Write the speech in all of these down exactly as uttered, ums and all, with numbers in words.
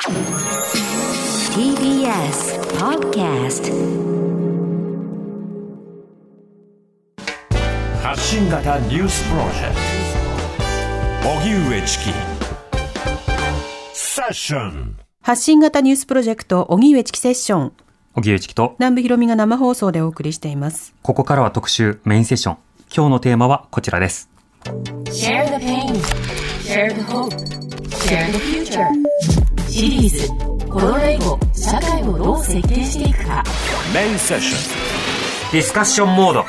ティービーエス Podcast 発信型ニュースプロジェクト荻上チキセッション。 発信型ニュースプロジェクト荻上チキセッション、 荻上チキと南部ひろみが生放送でお送りしています。 ここからは特集メインセッション。今日のテーマはこちらです。 Share the pain, share the hope, share the future シリーズコロナ以後社会をどう設計していくか。 メインセッション。 ディスカッションモード。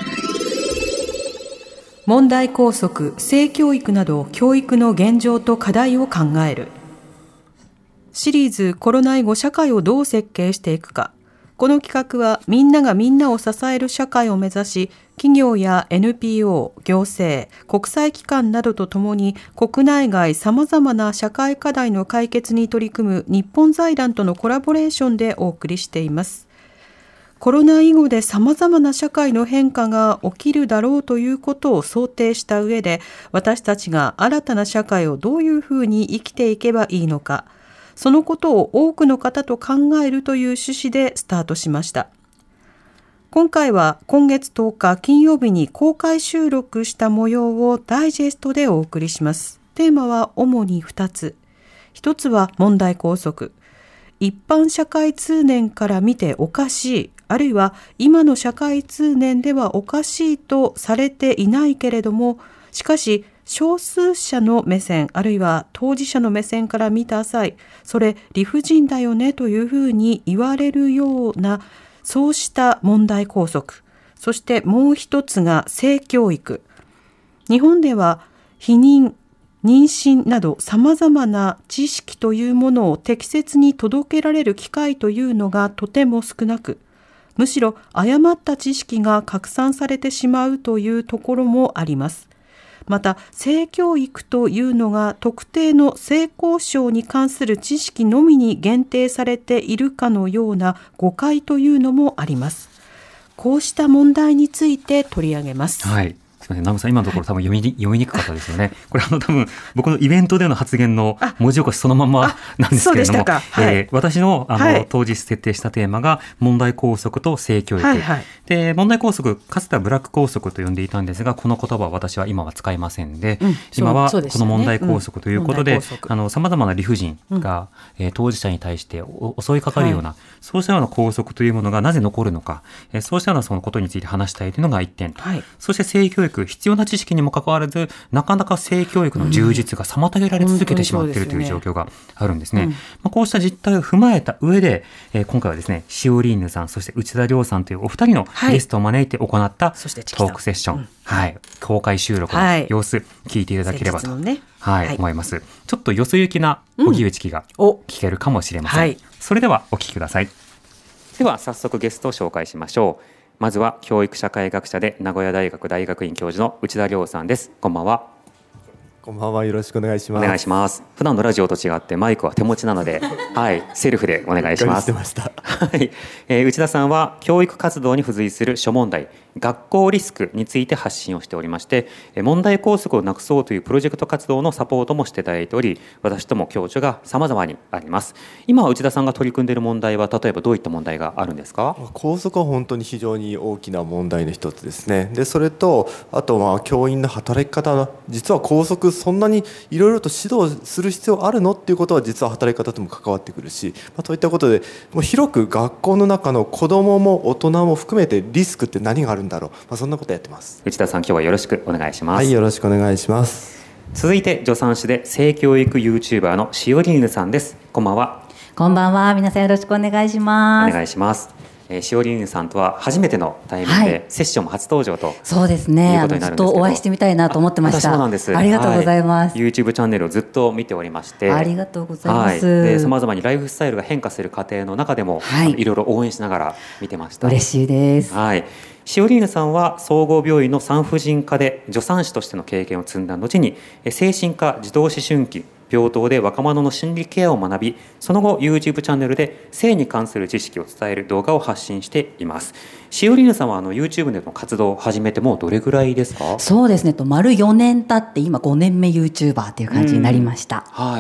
問題校則、性教育など教育の現状と課題を考えるシリーズコロナ以後社会をどう設計していくか。この企画はみんながみんなを支える社会を目指し、企業や エヌピーオー、行政、国際機関などとともに国内外さまざまな社会課題の解決に取り組む日本財団とのコラボレーションでお送りしています。コロナ以後でさまざまな社会の変化が起きるだろうということを想定した上で、私たちが新たな社会をどういうふうに生きていけばいいのか、そのことを多くの方と考えるという趣旨でスタートしました。今回は今月とおか金曜日に公開収録した模様をダイジェストでお送りします。テーマは主にふたつ。ひとつは問題校則。一般社会通念から見ておかしい、あるいは今の社会通念ではおかしいとされていないけれども、しかし少数者の目線、あるいは当事者の目線から見た際、それ理不尽だよねというふうに言われるような、そうした問題校則。そしてもう一つが性教育。日本では避妊、妊娠などさまざまな知識というものを適切に届けられる機会というのがとても少なく、むしろ誤った知識が拡散されてしまうというところもあります。また性教育というのが特定の性交渉に関する知識のみに限定されているかのような誤解というのもあります。こうした問題について取り上げます。 はい、すみません、南部さん、今のところ多分読みに、読みにくかったですよね。これあの多分僕のイベントでの発言の文字起こしそのままなんですけれども、はい、えー、私の、あの、はい、当日設定したテーマが問題校則と性教育、はいはい、で問題校則、かつてはブラック校則と呼んでいたんですが、この言葉は私は今は使いませんで、うん、今はこの問題校則ということで、さまざまな理不尽が、うん、えー、当事者に対して襲いかかるような、はい、そうしたような校則というものがなぜ残るのか、えー、そうしたようなそのことについて話したいというのが一点、はい、そして性教育、必要な知識にもかかわらずなかなか性教育の充実が妨げられ続けてしまっているという状況があるんですね。うん、まあ、こうした実態を踏まえた上で、えー、今回はですね、シオリーヌさん、そして内田亮さんというお二人のゲストを招いて行ったトークセッション、はい、はい、公開収録の様子、はい、聞いていただければと、ね、はいはい、思います。ちょっとよそ行きな荻上チキが聞けるかもしれません。うん、はい、それではお聞きください。では早速ゲストを紹介しましょう。まずは教育社会学者で名古屋大学大学院教授の内田亮さんです。こんばんは。 こんばんは、よろしくお願いします。 お願いします。普段のラジオと違ってマイクは手持ちなので、はい、セルフでお願いします。 ました、 はい、えー、内田さんは教育活動に付随する諸問題、学校リスクについて発信をしておりまして、問題校則をなくそうというプロジェクト活動のサポートもしていただいており、私とも共著が様々にあります。今内田さんが取り組んでいる問題は例えばどういった問題があるんですか？ 校則は本当に非常に大きな問題の一つですね。でそれとあとまあ教員の働き方の、実は校則そんなにいろいろと指導する必要あるのっていうことは実は働き方とも関わってくるし、まあ、そういったことでもう広く学校の中の子どもも大人も含めてリスクって何があるんだろう、まあ、そんなことやってます。 内田さん、今日はよろしくお願いします。 はい、よろしくお願いします。 続いて助産師で性教育 YouTuber のシオリーヌさんです。こんばんは。 こんばんは、皆さんよろしくお願いします。 お願いします。えー、シオリーヌさんとは初めての対面で、はい、セッションも初登場とそうですね、あのずっとお会いしてみたいなと思ってました。 私もなんです。 ありがとうございます。 はい、YouTube チャンネルをずっと見ておりまして、 ありがとうございます。 はい、で様々にライフスタイルが変化する過程の中でも、はい、いろいろ応援しながら見てました。 嬉しいです。 はい、シオリーヌさんは総合病院の産婦人科で助産師としての経験を積んだ後に、精神科、児童思春期、病棟で若者の心理ケアを学び、その後 YouTube チャンネルで性に関する知識を伝える動画を発信しています。シオリーヌさんはあの YouTube での活動を始めてもうどれぐらいですか？ そうですね、と丸よねん経って今ごねんめ YouTuber っていう感じになりました。 はい、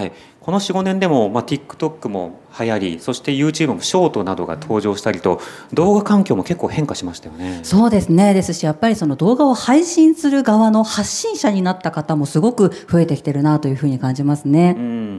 この よん,ご 年でも、まあ、TikTok も流行り、そして YouTube もショートなどが登場したりと、動画環境も結構変化しましたよね。 そうですね。ですし、やっぱりその動画を配信する側の発信者になった方もすごく増えてきてるなというふうに感じますね。 うん、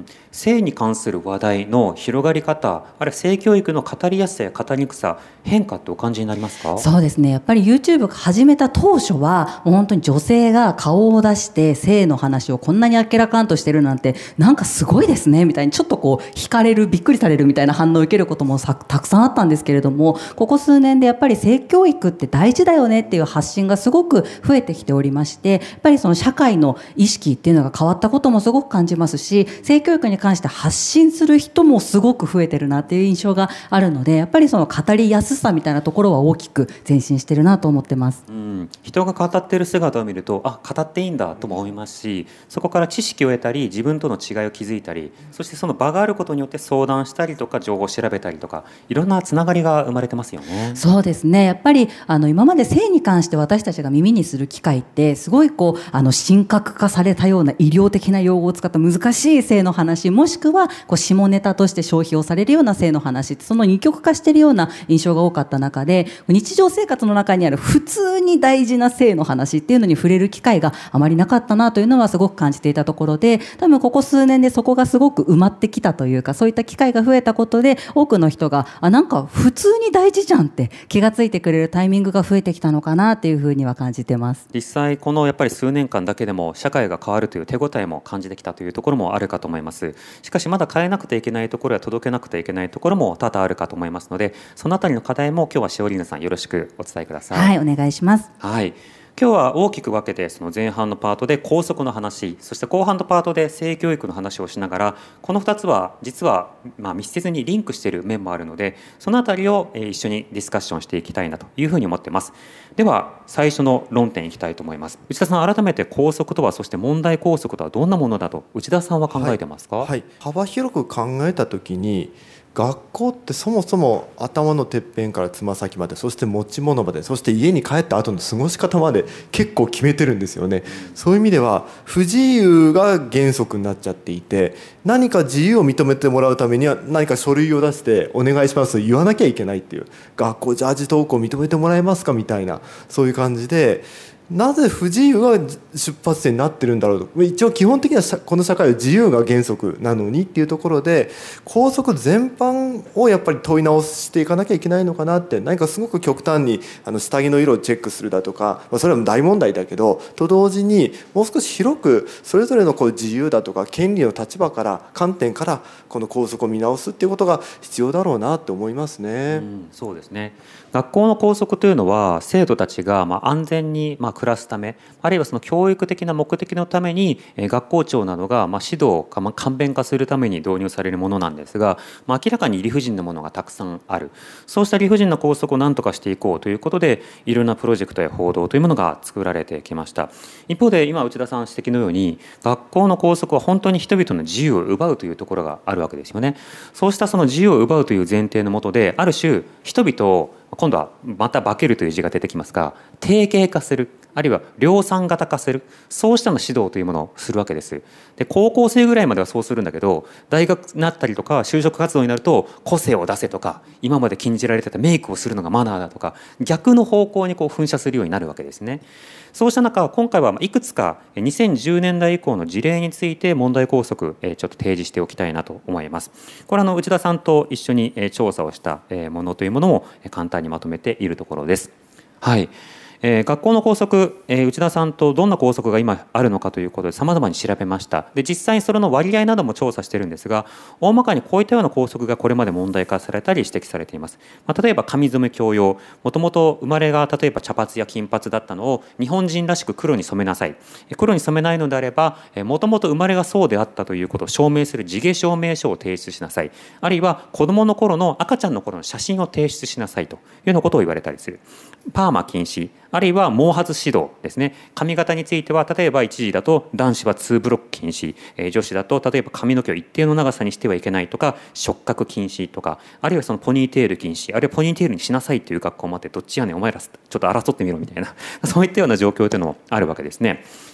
性に関する話題の広がり方、あるいは性教育の語りやすさや語りにくさ、変化ってお感じになりますか？ そうですね。やっぱり YouTube 始めた当初はもう本当に女性が顔を出して性の話をこんなにあっけらかんとしてるなんて、なんかすごいですねみたいにちょっとこう惹かれる、びっくりされるみたいな反応を受けることもさたくさんあったんですけれども、ここ数年でやっぱり性教育って大事だよねっていう発信がすごく増えてきておりまして、やっぱりその社会の意識っていうのが変わったこともすごく感じますし、性教育に関して発信する人もすごく増えてるなっていう印象があるので、やっぱりその語りやすさみたいなところは大きく前進してるなと思ってます。 うん、人が語ってる姿を見ると、あ、語っていいんだとも思いますし、そこから知識を得たり自分との違いを気づいたり、そしてその場があることによって相談したりとか情報を調べたりとか、いろんなつながりが生まれてますよね。 そうですね。やっぱりあの今まで性に関して私たちが耳にする機会ってすごいこうあの神格化されたような医療的な用語を使った難しい性の話、もしくはこう下ネタとして消費をされるような性の話、その二極化しているような印象が多かった中で、日常生活の中にある普通に大事な性の話っていうのに触れる機会があまりなかったなというのはすごく感じていたところで、多分ここ数年でそこがすごく埋まってきたというか、そういった機会が増えたことで多くの人があなんか普通に大事じゃんって気がついてくれるタイミングが増えてきたのかなっていうふうには感じてます。 実際このやっぱり数年間だけでも社会が変わるという手応えも感じてきたというところもあるかと思います。しかしまだ変えなくてはいけないところや届けなくてはいけないところも多々あるかと思いますので、そのあたりの課題も今日はしおりーぬさんよろしくお伝えください。 はい、お願いします。 はい、今日は大きく分けてその前半のパートで校則の話、そして後半のパートで性教育の話をしながら、このふたつは実はまあ密接にリンクしている面もあるので、そのあたりを一緒にディスカッションしていきたいなというふうに思っています。では最初の論点いきたいと思います。内田さん、改めて校則とは、そして問題校則とはどんなものだと内田さんは考えてますか？ はいはい、幅広く考えたときに、学校ってそもそも頭のてっぺんからつま先まで、そして持ち物まで、そして家に帰った後の過ごし方まで結構決めてるんですよね。そういう意味では不自由が原則になっちゃっていて、何か自由を認めてもらうためには何か書類を出してお願いしますと言わなきゃいけないっていう、学校ジャージ登校認めてもらえますかみたいな、そういう感じで、なぜ不自由が出発点になってるんだろうと。一応基本的にはこの社会は自由が原則なのにっていうところで、校則全般をやっぱり問い直していかなきゃいけないのかなって。何かすごく極端にあの下着の色をチェックするだとか、まあ、それは大問題だけど、と同時にもう少し広くそれぞれのこう自由だとか権利の立場から観点からこの校則を見直すっていうことが必要だろうなって思いますね。 うん、そうですね。学校の校則というのは生徒たちがまあ安全にまあ暮らすため、あるいはその教育的な目的のために学校長などがまあ指導を簡便化するために導入されるものなんですが、まあ、明らかに理不尽なものがたくさんある。そうした理不尽な校則を何とかしていこうということで、いろんなプロジェクトや報道というものが作られてきました。一方で今内田さん指摘のように、学校の校則は本当に人々の自由を奪うというところがあるわけですよね。そうしたその自由を奪うという前提の下で、ある種人々を今度はまた化けるという字が出てきますが、定型化する、あるいは量産型化する、そうしたの指導というものをするわけです。で、高校生ぐらいまではそうするんだけど、大学になったりとか就職活動になると個性を出せとか、今まで禁じられてたメイクをするのがマナーだとか、逆の方向にこう噴射するようになるわけですね。そうした中、今回はいくつかにせんじゅうねんだい以降の事例について問題校則ちょっと提示しておきたいなと思います。これはあの内田さんと一緒に調査をしたものというものも簡単にまとめているところです。はい。えー、学校の校則、えー、内田さんとどんな校則が今あるのかということで様々に調べました。で、実際にそれの割合なども調査してるんですが、大まかにこういったような校則がこれまで問題化されたり指摘されています。まあ、例えば髪染め強要、もともと生まれが例えば茶髪や金髪だったのを日本人らしく黒に染めなさい。黒に染めないのであれば、もともと生まれがそうであったということを証明する地毛証明書を提出しなさい。あるいは子どもの頃の赤ちゃんの頃の写真を提出しなさいというようなことを言われたりする。パーマ禁止、あるいは毛髪指導ですね。髪型については例えば一時だと男子はツーブロック禁止、えー、女子だと例えば髪の毛を一定の長さにしてはいけないとか、触覚禁止とか、あるいはそのポニーテール禁止、あるいはポニーテールにしなさいという学校もあって、どっちやねんお前らちょっと争ってみろみたいなそういったような状況というのもあるわけですね。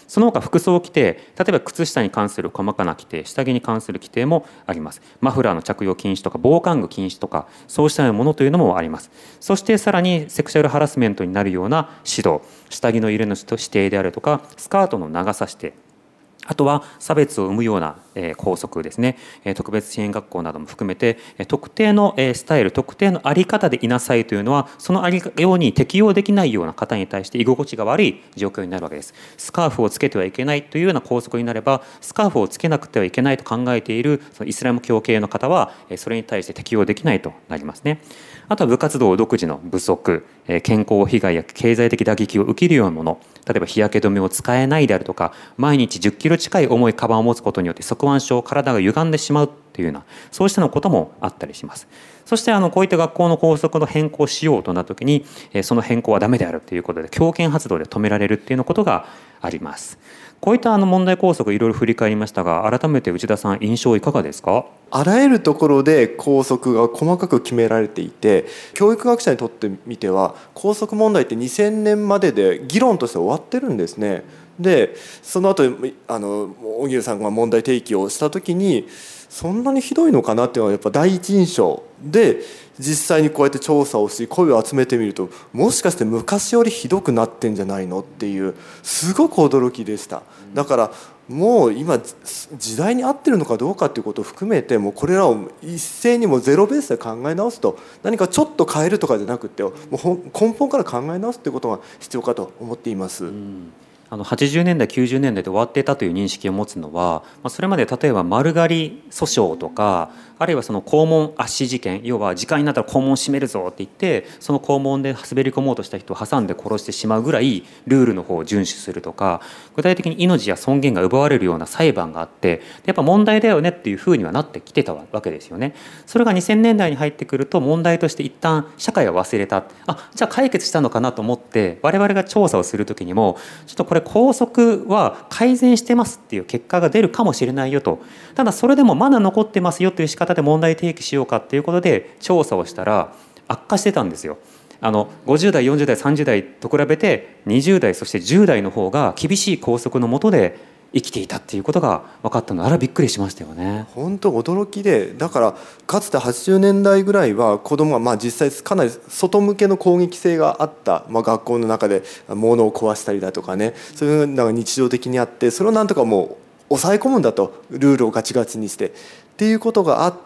その他服装規定、例えば靴下に関する細かな規定、下着に関する規定もあります。マフラーの着用禁止とか防寒具禁止とか、そうしたものというのもあります。そしてさらにセクシャルハラスメントになるような指導、下着の入れ主と指定であるとか、スカートの長さ指定、あとは差別を生むような校則ですね、特別支援学校なども含めて、特定のスタイル、特定の在り方でいなさいというのは、そのありように適用できないような方に対して居心地が悪い状況になるわけです。スカーフをつけてはいけないというような校則になれば、スカーフをつけなくてはいけないと考えているそのイスラム教系の方は、それに対して適用できないとなりますね。あとは部活動独自の不足、健康被害や経済的打撃を受けるようなもの、例えば日焼け止めを使えないであるとか、毎日じゅっキロ近い重いカバンを持つことによって側腕症、体が歪んでしまうというような、そうしたのこともあったりします。そしてあのこういった学校の校則の変更しようとなったときに、その変更はダメであるということで強権発動で止められるっていうようなことがあります。こういったあの問題校則いろいろ振り返りましたが、改めて内田さん、印象いかがですか？ あらゆるところで校則が細かく決められていて、教育学者にとってみては校則問題ってにせんねんまでで議論として終わってるんですね。でその後あの荻上さんが問題提起をした時に、そんなにひどいのかなっていうのはやっぱ第一印象で、実際にこうやって調査をし声を集めてみると、もしかして昔よりひどくなってんじゃないのっていう、すごく驚きでした。だからもう今時代に合ってるのかどうかっていうことを含めて、もうこれらを一斉にもうゼロベースで考え直すと、何かちょっと変えるとかじゃなくて、もう根本から考え直すっていうことが必要かと思っています。うん、 あのはちじゅうねんだいきゅうじゅうねんだいで終わっていたという認識を持つのは、それまで例えば丸刈り訴訟とか、あるいはその肛門圧死事件、要は時間になったら肛門を閉めるぞって言って、その肛門で滑り込もうとした人を挟んで殺してしまうぐらいルールの方を遵守するとか、具体的に命や尊厳が奪われるような裁判があって、やっぱ問題だよねっていうふうにはなってきてたわけですよね。それがにせんねんだいに入ってくると問題として一旦社会は忘れた、あ、じゃあ解決したのかなと思って我々が調査をするときにも、ちょっとこれ校則は改善してますっていう結果が出るかもしれないよと、ただそれでもまだ残ってますよという仕方で問題提起しようかっていうことで調査をしたら悪化してたんですよ。あのごじゅうだいよんじゅうだいさんじゅうだいと比べてにじゅうだいそしてじゅうだいの方が厳しい校則の下で生きていたっていうことが分かったので、あれはびっくりしましたよね。 本当驚きで、だからかつてはちじゅうねんだいぐらいは子どもがまあ実際かなり外向けの攻撃性があった、まあ、学校の中で物を壊したりだとかね、そういうのが日常的にあって、それをなんとかもう抑え込むんだと、ルールをガチガチにしてっていうことがあって、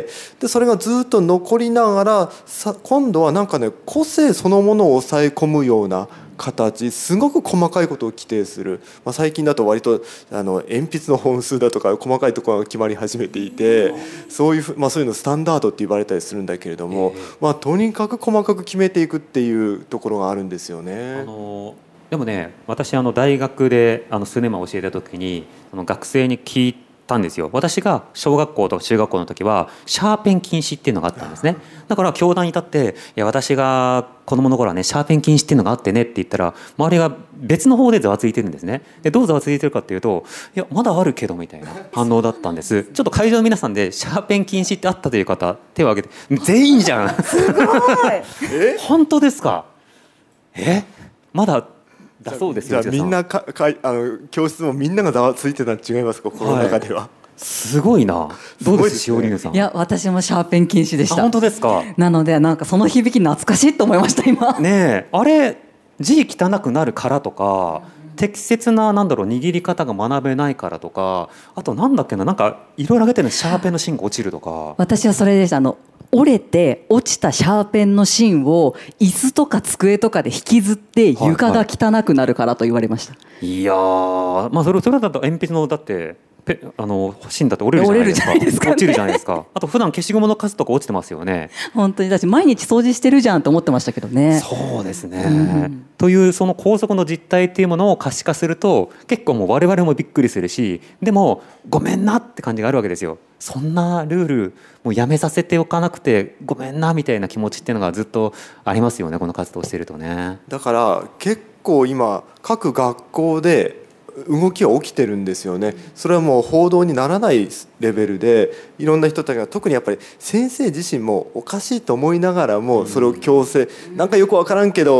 でそれがずっと残りながらさ、今度はなんかね、個性そのものを抑え込むような形、すごく細かいことを規定する、まあ、最近だと割とあの鉛筆の本数だとか細かいところが決まり始めていて、そういう、まあ、そういうのスタンダードって言われたりするんだけれども、まあ、とにかく細かく決めていくっていうところがあるんですよね。 あのでもね、私あの大学であの数年前教えた時にあの学生に聞いたんですよ。私が小学校とか中学校の時はシャーペン禁止っていうのがあったんですね。だから教壇に立って、いや私が子供の頃はねシャーペン禁止っていうのがあってねって言ったら、周りが別の方でざわついてるんですね。でどうざわついてるかっていうと、いやまだあるけどみたいな反応だったんです。ちょっと会場の皆さんでシャーペン禁止ってあったという方手を挙げて、全員じゃん。 すごいえ本当ですか？えまだだそうですよ。 じゃあみんなかかあの教室もみんながざわついてたの違いますか、コロナ禍では。はい、 すごいな。どうです塩犬さん？ いや私もシャーペン禁止でした。 本当ですか？ なのでなんかその響き懐かしいと思いました今。 ねえ、あれ字汚くなるからとか、適切ななんだろう握り方が学べないからとか、あとなんだっけな、なんかいろいろ挙げてるの、シャーペンの芯が落ちるとか。 私はそれでした。あの折れて落ちたシャーペンの芯を椅子とか机とかで引きずって床が汚くなるからと言われました。 はいはい、いやー、まあそれそれだと鉛筆のだってペあの芯だって折れるじゃないですか。 折れるじゃないですか、ね、 落ちるじゃないですか。あと普段消しゴムの数とか落ちてますよね。 本当に私毎日掃除してるじゃんと思ってましたけどね。 そうですね、うん、というその校則の実態っていうものを可視化すると結構もう我々もびっくりするし、でもごめんなって感じがあるわけですよ。そんなルールもうやめさせておかなくてごめんなみたいな気持ちっていうのがずっとありますよね、この活動をしているとね。 だから結構今各学校で動きは起きてるんですよね。それはもう報道にならないレベルで、いろんな人たちが、特にやっぱり先生自身もおかしいと思いながらもそれを強制、なんかよく分からんけど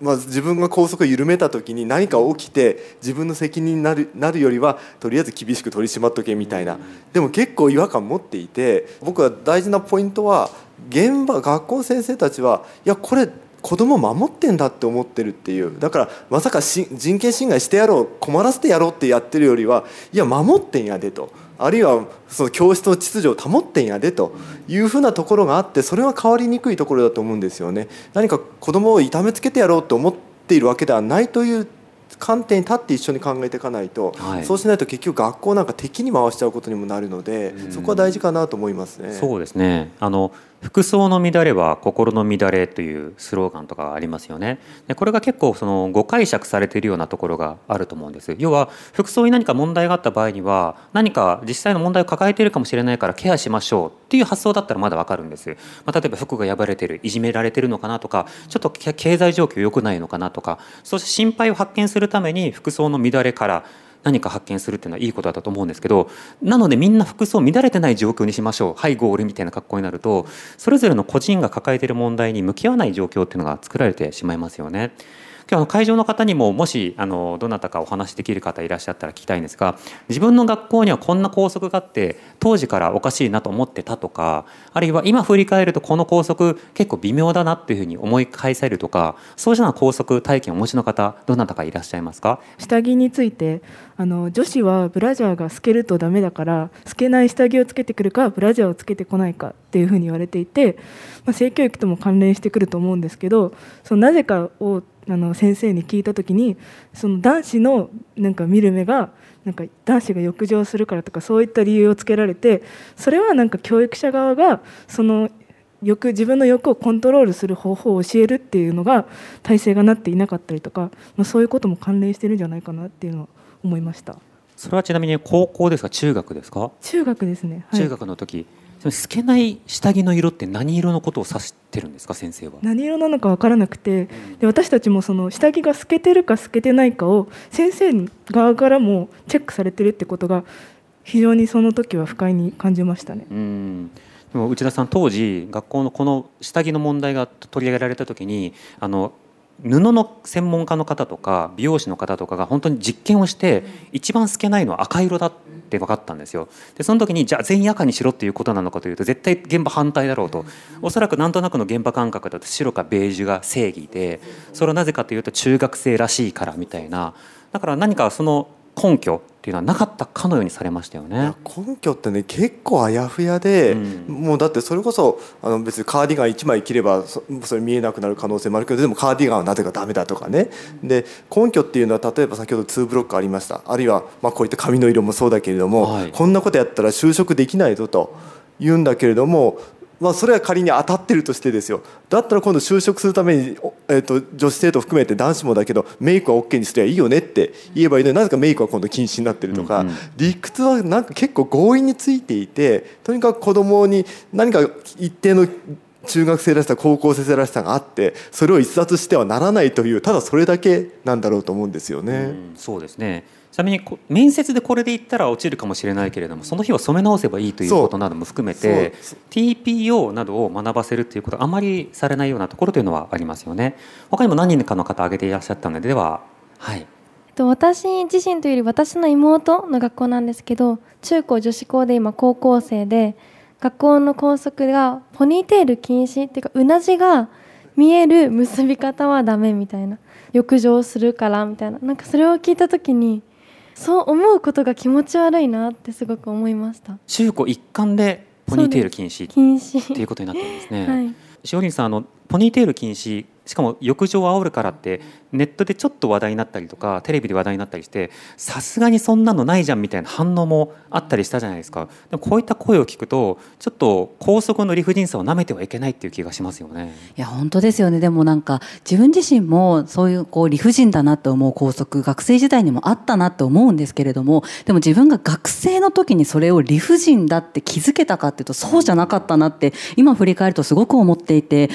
まあ、自分が校則を緩めた時に何か起きて自分の責任になる、なるよりはとりあえず厳しく取り締まっとけみたいな、でも結構違和感持っていて、僕は大事なポイントは現場学校の先生たちはいやこれ子供を守ってんだって思ってるっていう、だからまさかし人権侵害してやろう困らせてやろうってやってるよりはいや守ってんやでと、あるいはその教室の秩序を保ってんやでというふうなところがあって、それは変わりにくいところだと思うんですよね。何か子供を痛めつけてやろうと思っているわけではないという観点に立って一緒に考えていかないと、はい、そうしないと結局学校なんか敵に回しちゃうことにもなるので、そこは大事かなと思いますね。 そうですね。あの服装の乱れは心の乱れというスローガンとかがありますよね。でこれが結構その誤解釈されているようなところがあると思うんです。要は服装に何か問題があった場合には何か実際の問題を抱えているかもしれないからケアしましょうっていう発想だったらまだわかるんです。まあ、例えば服が破れてる、いじめられてるのかなとか、ちょっと経済状況良くないのかなとか、そして心配を発見するために服装の乱れから何か発見するっていうのはいいことだと思うんですけど、なのでみんな服装乱れてない状況にしましょう、はいゴールみたいな格好になると、それぞれの個人が抱えている問題に向き合わない状況っていうのが作られてしまいますよね。今日の会場の方にももしあのどなたかお話しできる方いらっしゃったら聞きたいんですが、自分の学校にはこんな校則があって当時からおかしいなと思ってたとか、あるいは今振り返るとこの校則結構微妙だなっていうふうに思い返せるとか、そうしたような校則体験をお持ちの方どなたかいらっしゃいますか？ 下着についてあの女子はブラジャーが透けるとダメだから透けない下着をつけてくるかブラジャーをつけてこないかっていうふうに言われていて、まあ、性教育とも関連してくると思うんですけど、そのなぜかをあの先生に聞いたときに、その男子のなんか見る目がなんか男子が欲情するからとかそういった理由をつけられて、それはなんか教育者側がその欲自分の欲をコントロールする方法を教えるっていうのが体制がなっていなかったりとか、まあ、そういうことも関連してるんじゃないかなっていうのを思いました。 それはちなみに高校ですか中学ですか？ 中学ですね、はい、 中学の時透けない下着の色って何色のことを指してるんですか先生は？ 何色なのか分からなくて、で私たちもその下着が透けてるか透けてないかを先生側からもチェックされてるってことが非常にその時は不快に感じましたね。 うん、でも内田さん当時学校のこの下着の問題が取り上げられた時にあの布の専門家の方とか美容師の方とかが本当に実験をして一番透けないのは赤色だって分かったんですよ。でその時にじゃあ全員赤にしろっていうことなのかというと絶対現場反対だろうと、おそらくなんとなくの現場感覚だと白かベージュが正義で、それはなぜかというと中学生らしいからみたいな、だから何かその根拠っていうのはなかったかのようにされましたよね。 根拠ってね結構あやふやで、うん、もうだってそれこそあの別にカーディガンいちまい着れば そ, それ見えなくなる可能性もあるけど、でもカーディガンはなぜかダメだとかね。で根拠っていうのは例えば先ほどツーブロックありました、あるいはまあこういった髪の色もそうだけれども、はい、こんなことやったら就職できないぞと言うんだけれども、まあ、それは仮に当たってるとしてですよ、だったら今度就職するために、えー、と女子生徒含めて男子もだけどメイクは OK にすればいいよねって言えばいいのに、なぜかメイクは今度禁止になってるとか、うんうん、理屈はなんか結構強引についていて、とにかく子どもに何か一定の中学生らしさ高校生らしさがあってそれを逸脱してはならないという、ただそれだけなんだろうと思うんですよね。うん、 そうですね。ちなみに面接でこれで言ったら落ちるかもしれないけれども、その日は染め直せばいいということなども含めて ティーピーオー などを学ばせるということはあまりされないようなところというのはありますよね。他にも何人かの方挙げていらっしゃったので、では、はい、 私自身というより私の妹の学校なんですけど、中高女子校で今高校生で、学校の校則がポニーテール禁止っていうか、うなじが見える結び方はダメみたいな、浴場するからみたいな、なんかそれを聞いた時にそう思うことが気持ち悪いなってすごく思いました。 中高一貫でポニーテール禁止禁止っていうことになってるんですね。はい、しおりんさん、あのポニーテール禁止、しかも浴場を煽るからってネットでちょっと話題になったりとかテレビで話題になったりして、さすがにそんなのないじゃんみたいな反応もあったりしたじゃないですか。でもこういった声を聞くとちょっと校則の理不尽さをなめてはいけないっていう気がしますよね。 いや本当ですよね。でもなんか自分自身もそういうこう理不尽だなと思う校則学生時代にもあったなと思うんですけれども、でも自分が学生の時にそれを理不尽だって気づけたかっていうとそうじゃなかったなって今振り返るとすごく思っていて、こう大人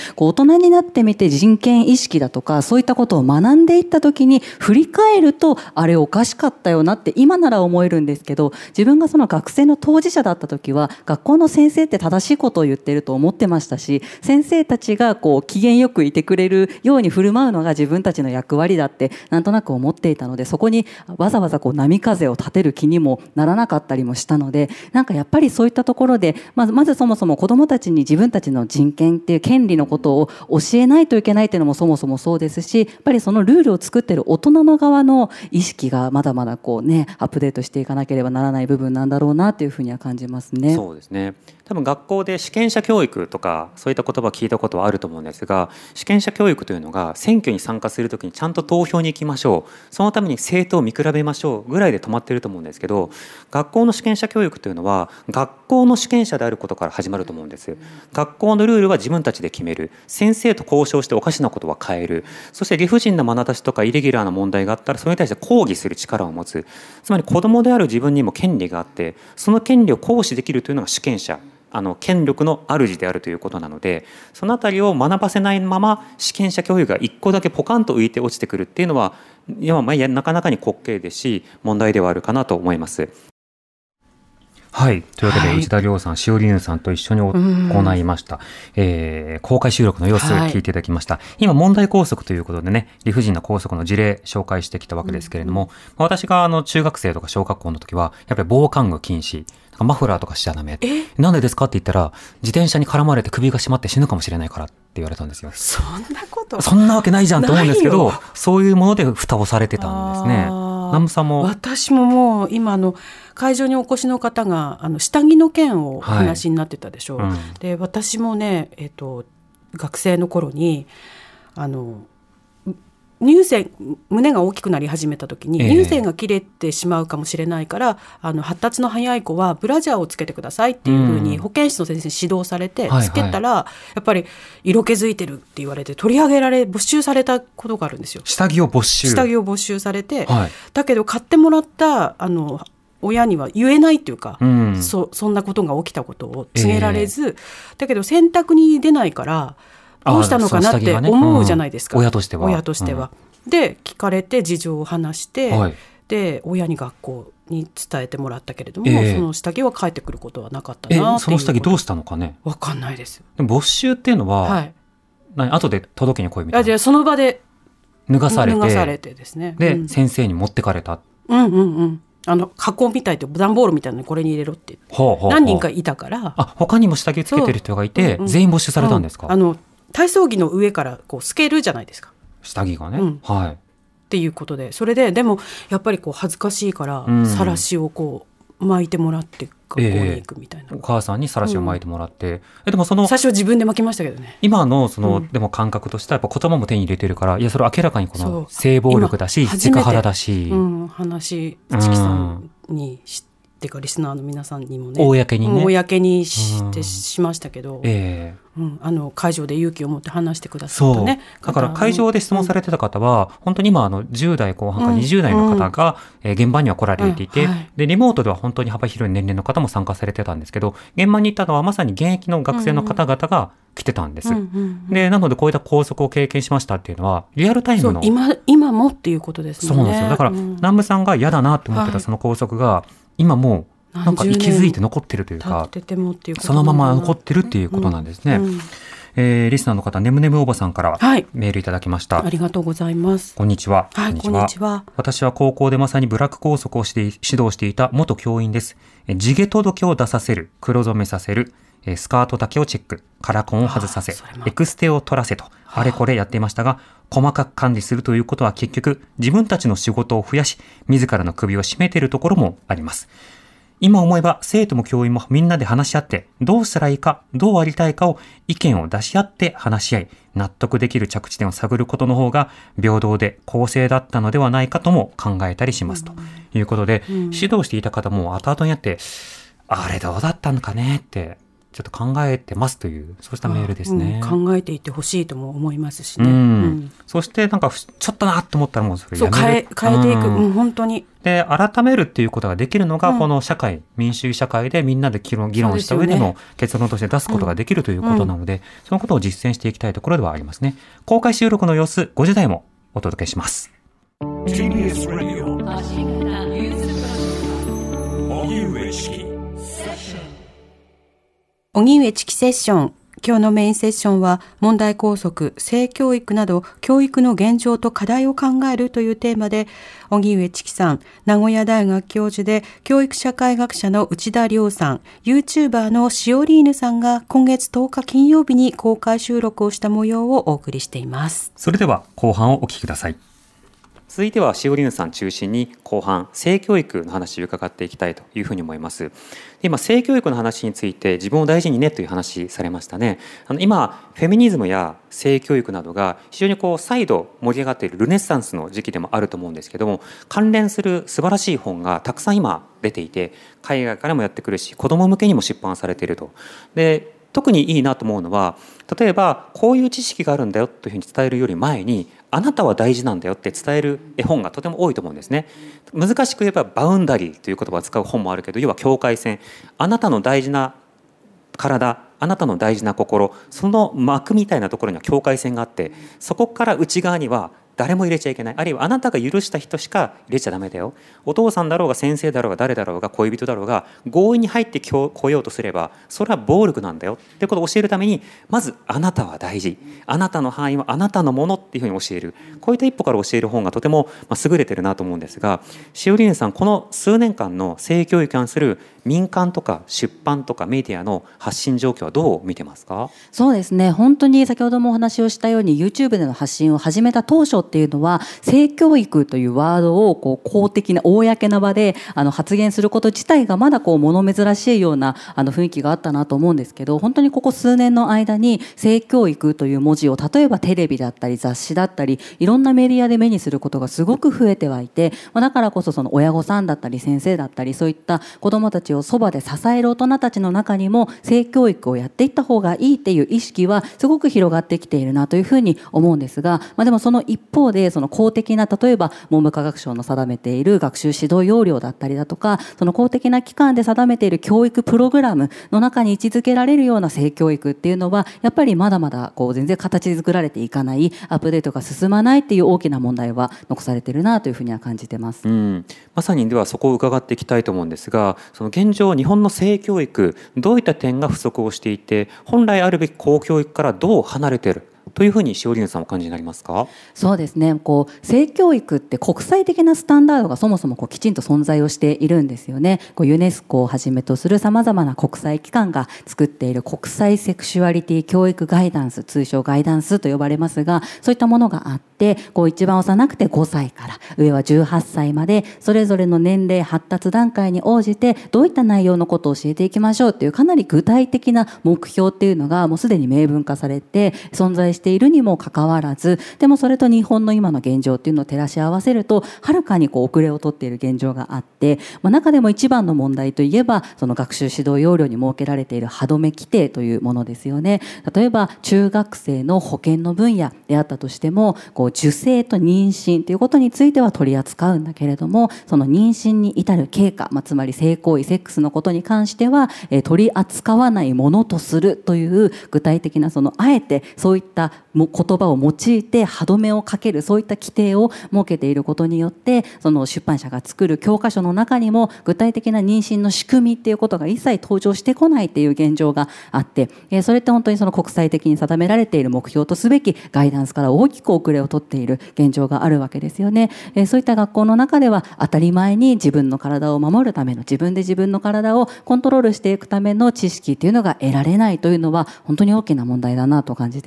人になってみて人権意識だとかそういったことを学んでいった時に振り返るとあれおかしかったよなって今なら思えるんですけど、自分がその学生の当事者だった時は学校の先生って正しいことを言ってると思ってましたし、先生たちがこう機嫌よくいてくれるように振る舞うのが自分たちの役割だってなんとなく思っていたので、そこにわざわざこう波風を立てる気にもならなかったりもしたので、なんかやっぱりそういったところでまず、まずそもそも子どもたちに自分たちの人権っていう権利のことを教えないといけないっていうのもそもそもそうですし、やっぱりそのルールを作っている大人の側の意識がまだまだこうねアップデートしていかなければならない部分なんだろうなというふうには感じますね。 そうですね。多分学校で主権者教育とかそういった言葉を聞いたことはあると思うんですが、主権者教育というのが選挙に参加するときにちゃんと投票に行きましょう、そのために政党を見比べましょうぐらいで止まっていると思うんですけど、学校の主権者教育というのは学校の主権者であることから始まると思うんです。学校のルールは自分たちで決める、先生と交渉しておかしなことは変える、そして理不尽な眼差しとかイレギュラーな問題があったらそれに対して抗議する力を持つ。つまり子どもである自分にも権利があって、その権利を行使できるというのが主権者、あの権力の主であるということなので、そのあたりを学ばせないまま主権者教育が一個だけポカンと浮いて落ちてくるっていうのは、いやまあなかなかに滑稽ですし問題ではあるかなと思います。はい、というわけで、はい、内田亮さん、しおりぬさんと一緒に行いました、えー、公開収録の様子を聞いていただきました、はい、今問題校則ということでね、理不尽な校則の事例紹介してきたわけですけれども、うんうん、私があの中学生とか小学校の時はやっぱり防寒具禁止、マフラーとかしちゃダメ、なんでですかって言ったら自転車に絡まれて首が締まって死ぬかもしれないからって言われたんですよ。 そんなことそんなわけないじゃんと思うんですけど、そういうもので蓋をされてたんですね。南部さんも。 私ももう今あの会場にお越しの方があの下着の件をお話になってたでしょう、はい、うん、で私もね、えーと、学生の頃にあの乳腺、胸が大きくなり始めた時に乳腺が切れてしまうかもしれないから、えー、あの発達の早い子はブラジャーをつけてくださいっていうふうに保健室の先生に指導されて、うん、つけたら、はいはい、やっぱり色気づいてるって言われて取り上げられ没収されたことがあるんですよ。 下着を没収下着を没収されて、はい、だけど買ってもらったあの親には言えないっていうか、うん、そ, そんなことが起きたことを告げられず、えー、だけど選択に出ないからどうしたのかなって思うじゃないですか、 ね、うん、親としては親としては、うん、で聞かれて事情を話して、はい、で親に学校に伝えてもらったけれども、えー、その下着は帰ってくることはなかったなっていう。 えー、その下着どうしたのかね。 分かんないです。 でも没収っていうのは、はい、何後で届けに来いみたいな。 じゃあその場で脱がされて、 脱がされてですね、 で、 うん、 先生に持ってかれた。 うんうんうん、あの箱みたいって段ボールみたいなのにこれに入れろってほうほうほう、何人かいたから。 あ、他にも下着つけてる人がいて、うんうん、全員没収されたんですか。 うん、あの体操着の上からこう透けるじゃないですか、 下着がね、 うん、 はい、 っていうことで、それででもやっぱりこう恥ずかしいから晒しをこう巻いてもらって学校に行くみたいな、 えー、お母さんに晒しを巻いてもらって、うん、えでもその最初自分で巻きましたけどね。 今のその、うん、でも感覚としてはやっぱ言葉も手に入れてるから、いやそれ明らかにこの性暴力だしセクハラだし、 うん、話市木さんに知ってかリスナーの皆さんにもね公にね公にしてしましたけど、えーうん、あの会場で勇気を持って話してくださったね。 だから会場で質問されてた方は、うん、本当に今あのじゅう代後半かにじゅう代の方が、うん、えー、現場には来られていて、うんはい、でリモートでは本当に幅広い年齢の方も参加されてたんですけど、現場に行ったのはまさに現役の学生の方々が来てたんです、うんうん、でなのでこういった拘束を経験しましたっていうのはリアルタイムの今, 今もっていうことですね。 そうなんですよ。だから、うん、南部さんが嫌だなって思ってたその拘束が、はい、今もうなんか息づいて残ってるというか、そのまま残ってるっていうことなんですね、うんうん、えー、リスナーの方、ねむねむおばさんからメールいただきました、 はい、ありがとうございます。 こんにちは。 はい、こんにちは。 私は高校でまさにブラック校則をして指導していた元教員です。地毛届を出させる、黒染めさせる、スカート丈をチェック、カラコンを外させ、エクステを取らせと、あれこれやっていましたが、細かく管理するということは結局自分たちの仕事を増やし、自らの首を絞めているところもあります。今思えば生徒も教員もみんなで話し合って、どうしたらいいか、どうありたいかを意見を出し合って話し合い、納得できる着地点を探ることの方が平等で公正だったのではないかとも考えたりします、ということで、うん、指導していた方も後々になって、あれどうだったのかねってちょっと考えてますというそうしたメールですね、 うん、考えていってほしいとも思いますしね、 うんうん、 そしてなんかちょっとなと思ったらもうそれやめる、 そう変え、変えていく、 うんうん、本当にで改めるっていうことができるのが、 うん、 この社会民主主義社会でみんなで議論、議論した上での結論として出すことができるということなので、うん、そのことを実践していきたいところではありますね。公開収録の様子ごじ台もお届けします。 ティービーエス ラジオ荻上チキ荻上チキセッション。今日のメインセッションは問題校則、性教育など教育の現状と課題を考えるというテーマで、荻上チキさん、名古屋大学教授で教育社会学者の内田亮さん、YouTuber のシオリーヌさんが今月とおか金曜日に公開収録をした模様をお送りしています。 それでは後半をお聞きください。続いてはシオリーヌさん中心に後半性教育の話を伺っていきたいというふうに思います。今性教育の話について自分を大事にねという話されましたね。あの今フェミニズムや性教育などが非常にこう再度盛り上がっているルネッサンスの時期でもあると思うんですけども、関連する素晴らしい本がたくさん今出ていて、海外からもやってくるし子ども向けにも出版されていると。で特にいいなと思うのは、例えばこういう知識があるんだよというふうに伝えるより前に、あなたは大事なんだよって伝える絵本がとても多いと思うんですね。難しく言えばバウンダリーという言葉を使う本もあるけど、要は境界線、あなたの大事な体、あなたの大事な心、その膜みたいなところには境界線があって、そこから内側には誰も入れちゃいけない、あるいはあなたが許した人しか入れちゃダメだよ。お父さんだろうが先生だろうが誰だろうが恋人だろうが強引に入ってこようとすればそれは暴力なんだよってことを教えるために、まずあなたは大事、あなたの範囲はあなたのものっていうふうに教える、こういった一歩から教える本がとても優れてるなと思うんですが、シオリーヌさん、この数年間の性教育に関する民間とか出版とかメディアの発信状況はどう見てますか？ そうですね、本当に先ほどもお話をしたように YouTube での発信を始めた当初っていうのは、性教育というワードをこう公的な公な場であの発言すること自体がまだこう物珍しいようなあの雰囲気があったなと思うんですけど、本当にここ数年の間に性教育という文字を例えばテレビだったり雑誌だったりいろんなメディアで目にすることがすごく増えてはいて、だからこそその親御さんだったり先生だったりそういった子どもたちをそばで支える大人たちの中にも性教育をやっていった方がいいっていう意識はすごく広がってきているなというふうに思うんですが、まあ、でもその一方でその公的な、例えば文部科学省の定めている学習指導要領だったりだとか、その公的な機関で定めている教育プログラムの中に位置づけられるような性教育っていうのはやっぱりまだまだこう全然形作られていかない、アップデートが進まないっていう大きな問題は残されているなというふうには感じてます、 うん、まさにではそこを伺っていきたいと思うんですが、その現状日本の性教育どういった点が不足をしていて、本来あるべき公教育からどう離れているというふうにシオリーヌさんお感じになりますか？ そうですね、こう性教育って国際的なスタンダードがそもそもこうきちんと存在をしているんですよね。こうユネスコをはじめとするさまざまな国際機関が作っている国際セクシュアリティ教育ガイダンス、通称ガイダンスと呼ばれますが、そういったものがあって、こう一番幼くてごさいから上はじゅうはっさいまでそれぞれの年齢発達段階に応じてどういった内容のことを教えていきましょうっていうかなり具体的な目標っていうのがもうすでに明文化されて存在しているにもかかわらず、でもそれと日本の今の現状っていうのを照らし合わせるとはるかにこう遅れをとっている現状があって、まあ、中でも一番の問題といえばその学習指導要領に設けられている歯止め規定というものですよね。例えば中学生の保健の分野であったとしても、こう受精と妊娠ということについては取り扱うんだけれども、その妊娠に至る経過、まあ、つまり性行為セックスのことに関しては、えー、取り扱わないものとするという具体的なそのあえてそういった言葉を用いて歯止めをかける、そういった規定を設けていることによって、その出版社が作る教科書の中にも具体的な妊娠の仕組みっていうことが一切登場してこないっていう現状があって、えー、それって本当にその国際的に定められている目標とすべきガイダンスから大きく遅れをとっている現状があるわけですよね。えー、そういった学校の中では当たり前に自分の体を守るための、自分で自分の体をコントロールしていくための知識っていうのが得られないというのは本当に大きな問題だなと感じてます。 うん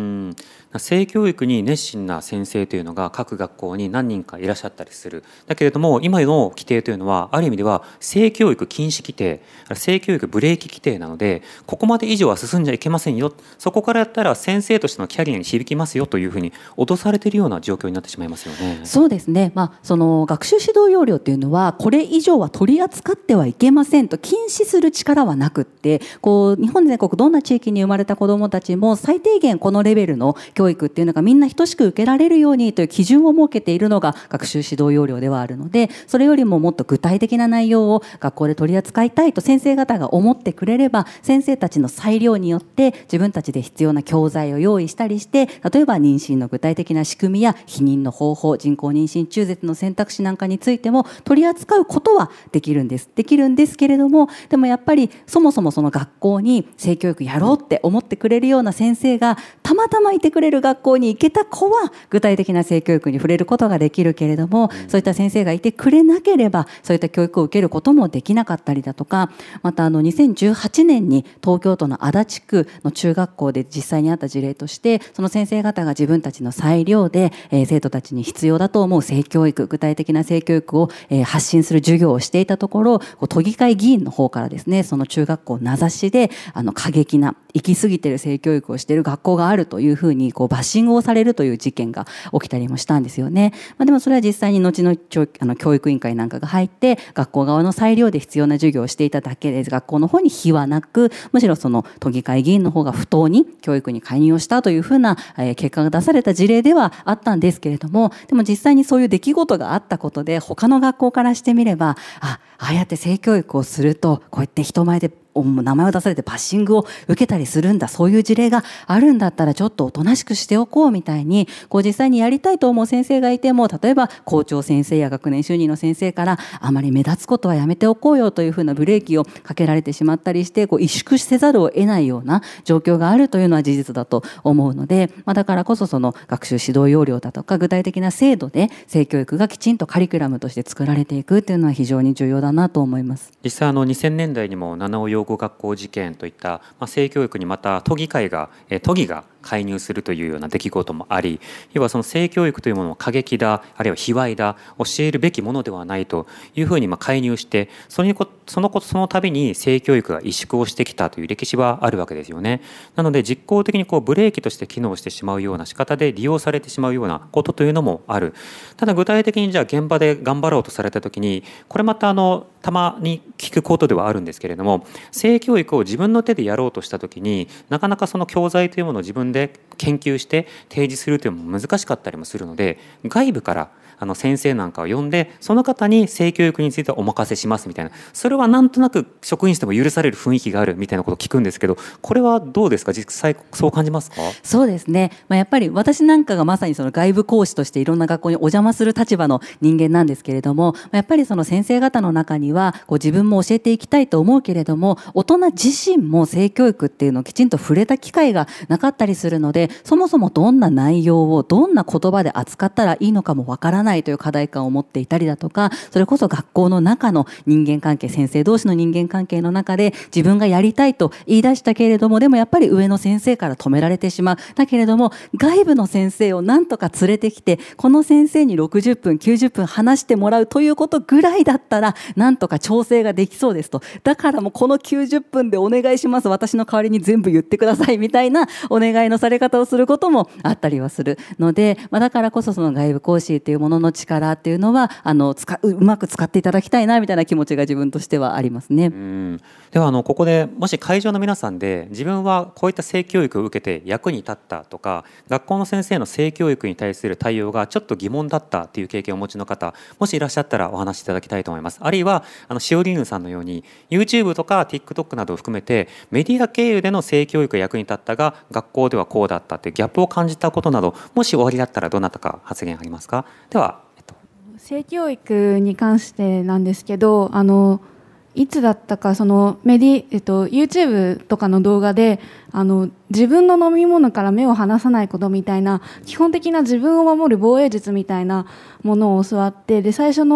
ん、性教育に熱心な先生というのが各学校に何人かいらっしゃったりする。だけれども今の規定というのはある意味では性教育禁止規定、性教育ブレーキ規定なので、ここまで以上は進んじゃいけませんよ、そこからやったら先生としてのキャリアに響きますよというふうに脅されているような状況になってしまいますよね。 そうですね、まあ、その学習指導要領というのはこれ以上は取り扱ってはいけませんと禁止する力はなくって、こう日本全国どんな地域に生まれた子どもたちも最低限このレベルの教育っていうのがみんな等しく受けられるようにという基準を設けているのが学習指導要領ではあるので、それよりももっと具体的な内容を学校で取り扱いたいと先生方が思ってくれれば、先生たちの裁量によって自分たちで必要な教材を用意したりして、例えば妊娠の具体的な仕組みや避妊の方法、人工妊娠中絶の選択肢なんかについても取り扱うことはできるんですできるんですけれども、でもやっぱりそもそもその学校に性教育やろうって思ってくれるような先生がたまたまいてくれる学校に行けた子は具体的な性教育に触れることができるけれども、そういった先生がいてくれなければそういった教育を受けることもできなかったりだとか、またあのにせんじゅうはちねんに東京都の足立区の中学校で実際にあった事例として、その先生方が自分たちの裁量で、えー、生徒たちに必要だと思う性教育、具体的な性教育を、えー、発信する授業をしていたところ、都議会議員の方からですね、その中学校名指しであの過激な行き過ぎている性教育をしている学校があるというふうにこうバッシングをされるという事件が起きたりもしたんですよね。まあ、でもそれは実際に後々あの教育委員会なんかが入って学校側の裁量で必要な授業をしていただけで、学校の方に非はなく、むしろその都議会議員の方が不当に教育に介入をしたというふうな、えー、結果が出された事例ではあったんですけれども、でも実際にそういう出来事があったことで他の学校からしてみれば、あああやって性教育をするとこうやって人前で名前を出されてバッシングを受けたりするんだ、そういう事例があるんだったらちょっとおとなしくしておこうみたいに、こう実際にやりたいと思う先生がいても、例えば校長先生や学年主任の先生からあまり目立つことはやめておこうよというふうなブレーキをかけられてしまったりして、こう萎縮せざるを得ないような状況があるというのは事実だと思うので、まあ、だからこそその学習指導要領だとか具体的な制度で性教育がきちんとカリキュラムとして作られていくというのは非常に重要だなと思います。 実際あのにせんねんだいにも七尾養護学校事件といった、まあ、性教育にまた都議会が、え都議が介入するというような出来事もあり、要はその性教育というものを過激だ、あるいは卑猥だ、教えるべきものではないというふうにまあ介入して、それにこそのことその度に性教育が萎縮をしてきたという歴史はあるわけですよね。なので実効的にこうブレーキとして機能してしまうような仕方で利用されてしまうようなことというのもある。ただ具体的にじゃあ現場で頑張ろうとされた時に、これまたあのたまに聞くことではあるんですけれども、性教育を自分の手でやろうとした時になかなかその教材というものを自分で研究して提示するというのも難しかったりもするので、外部からあの先生なんかを呼んでその方に性教育についてお任せしますみたいな、それはなんとなく職員しても許される雰囲気があるみたいなことを聞くんですけど、これはどうですか、実際そう感じますか？ そうですね、まあ、やっぱり私なんかがまさにその外部講師としていろんな学校にお邪魔する立場の人間なんですけれども、やっぱりその先生方の中にはこう自分も教えていきたいと思うけれども、大人自身も性教育っていうのをきちんと触れた機会がなかったりするので、そもそもどんな内容をどんな言葉で扱ったらいいのかもわからないという課題感を持っていたりだとか、それこそ学校の中の人間関係、先生同士の人間関係の中で自分がやりたいと言い出したけれども、でもやっぱり上の先生から止められてしまう。だけれども外部の先生をなんとか連れてきて、この先生にろくじゅっぷんきゅうじゅっぷん話してもらうということぐらいだったらなんとか調整ができそうですと。だからもうこのきゅうじゅっぷんでお願いします、私の代わりに全部言ってくださいみたいなお願いのされ方をすることもあったりはするので、まあ、だからこそその外部講師っていうものの力っていうのはあの使う、うまく使っていただきたいなみたいな気持ちが自分としてはありますね。 うん、ではあのここでもし会場の皆さんで自分はこういった性教育を受けて役に立ったとか、学校の先生の性教育に対する対応がちょっと疑問だったという経験をお持ちの方、もしいらっしゃったらお話しいただきたいと思います。あるいはあのしおりぬさんのように YouTube とか TikTok などを含めてメディア経由での性教育が役に立ったが学校ではこうだったというギャップを感じたことなど、もしおありだったらどなたか発言ありますか？では、えっと、 性教育に関してなんですけど、あのいつだったかそのメディ、えっと、YouTube とかの動画であの自分の飲み物から目を離さないことみたいな基本的な自分を守る防衛術みたいなものを教わって、で最初の